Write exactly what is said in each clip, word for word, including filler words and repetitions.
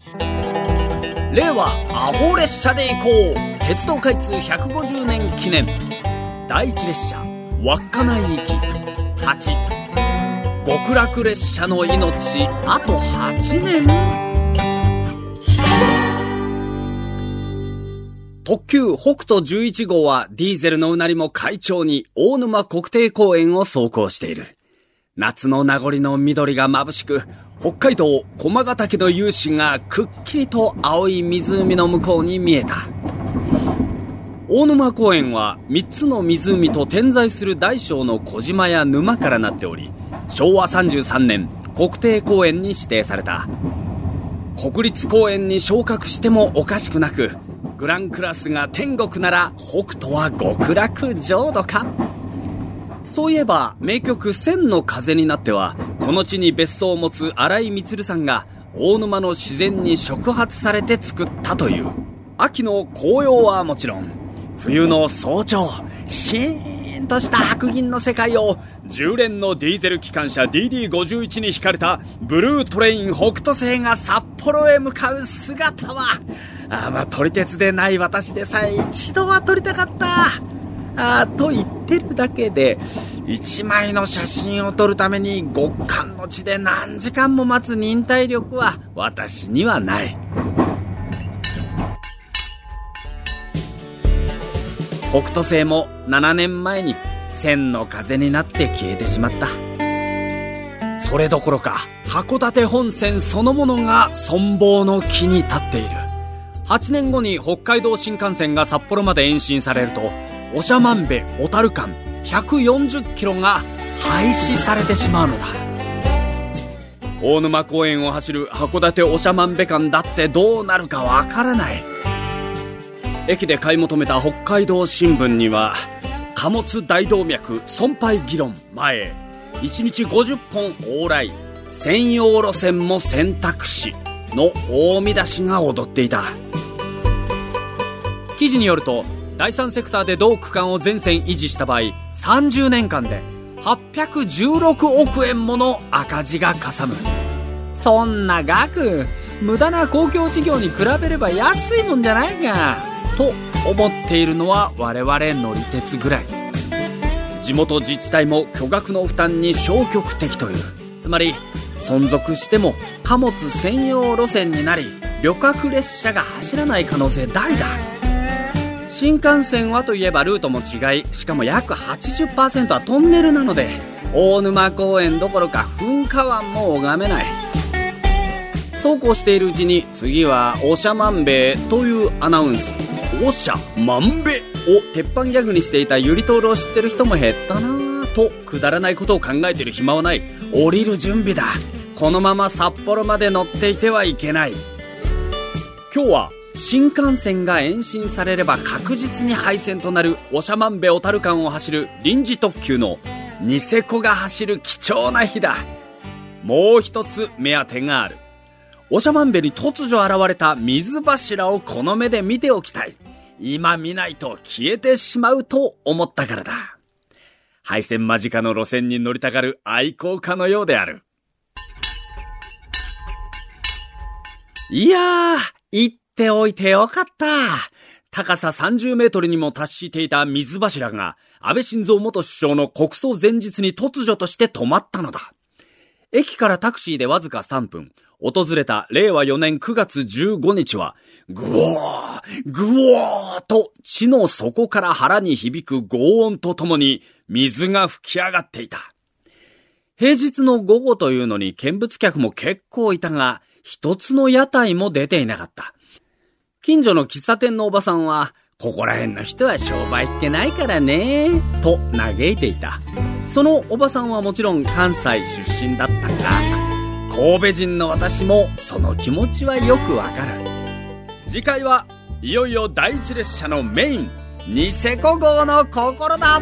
令和アホ列車で行こう、鉄道開通ひゃくごじゅうねん記念。第一列車稚内行き。はち、極楽列車の命あとはちねん。特急北斗じゅういち号はディーゼルのうなりも快調に大沼国定公園を走行している。夏の名残の緑が眩しく、北海道駒ヶ岳の雄姿がくっきりと青い湖の向こうに見えた。大沼公園はみっつの湖と点在する大小の小島や沼からなっており、しょうわさんじゅうさんねん国定公園に指定された。国立公園に昇格してもおかしくなく、グランクラスが天国なら北斗は極楽浄土か。そういえば名曲千の風になっては、この地に別荘を持つ新井満さんが大沼の自然に触発されて作ったという。秋の紅葉はもちろん、冬の早朝シーンとした白銀の世界をじゅう連のディーゼル機関車 ディーディーごじゅういち に引かれたブルートレイン北斗星が札幌へ向かう姿は、あまあ撮り鉄でない私でさえ一度は撮りたかったあと言ってるだけで、一枚の写真を撮るために極寒の地で何時間も待つ忍耐力は私にはない。北斗星もななねんまえに千の風になって消えてしまった。それどころか函館本線そのものが存亡の木に立っている。はちねんごに北海道新幹線が札幌まで延伸されると、長万部小樽間ひゃくよんじゅっキロが廃止されてしまうのだ。大沼公園を走る函館長万部間だってどうなるかわからない。駅で買い求めた北海道新聞には、貨物大動脈損廃議論前、いちにちごじゅっぽん往来専用路線も選択肢の大見出しが踊っていた。記事によると、だいさんセクターで同区間を全線維持した場合、さんじゅうねんかんではっぴゃくじゅうろくおくえんもの赤字がかさむ。そんな額、無駄な公共事業に比べれば安いもんじゃないかと思っているのは我々乗り鉄ぐらい。地元自治体も巨額の負担に消極的という。つまり存続しても貨物専用路線になり、旅客列車が走らない可能性大だ。新幹線はといえばルートも違い、しかも約 はちじゅっパーセント はトンネルなので、大沼公園どころか噴火湾も拝めない。そうこうしているうちに、次は長万部というアナウンス。長万部を鉄板ギャグにしていたゆりとーるを知ってる人も減ったなぁと、くだらないことを考えている暇はない。降りる準備だ。このまま札幌まで乗っていてはいけない。今日は新幹線が延伸されれば確実に廃線となる長万部小樽間を走る臨時特急のニセコが走る貴重な日だ。もう一つ目当てがある。長万部に突如現れた水柱をこの目で見ておきたい。今見ないと消えてしまうと思ったからだ。廃線間近の路線に乗りたがる愛好家のようである。いやー、言っておいてよかった。高ささんじゅうメートルにも達していた水柱が安倍晋三元首相の国葬前日に突如として止まったのだ。駅からタクシーでわずかさんぷん、訪れたれいわよねんくがつじゅうごにちは、ぐおー、ぐおーと地の底から腹に響く轟音とともに水が吹き上がっていた。平日の午後というのに見物客も結構いたが、一つの屋台も出ていなかった。近所の喫茶店のおばさんは、ここら辺の人は商売ってないからねと嘆いていた。そのおばさんはもちろん関西出身だったが、神戸人の私もその気持ちはよくわかる。次回はいよいよ第一列車のメイン、ニセコ号の心だ。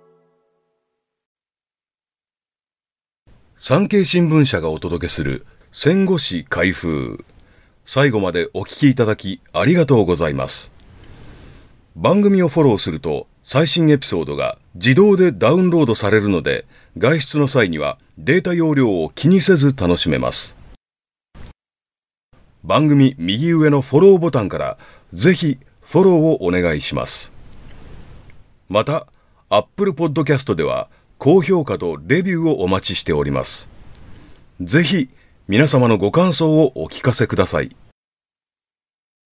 産経新聞社がお届けする戦後史開封。最後までお聞きいただきありがとうございます。番組をフォローすると最新エピソードが自動でダウンロードされるので、外出の際にはデータ容量を気にせず楽しめます。番組右上のフォローボタンからぜひフォローをお願いします。また、Apple Podcast では高評価とレビューをお待ちしております。ぜひ皆様のご感想をお聞かせください。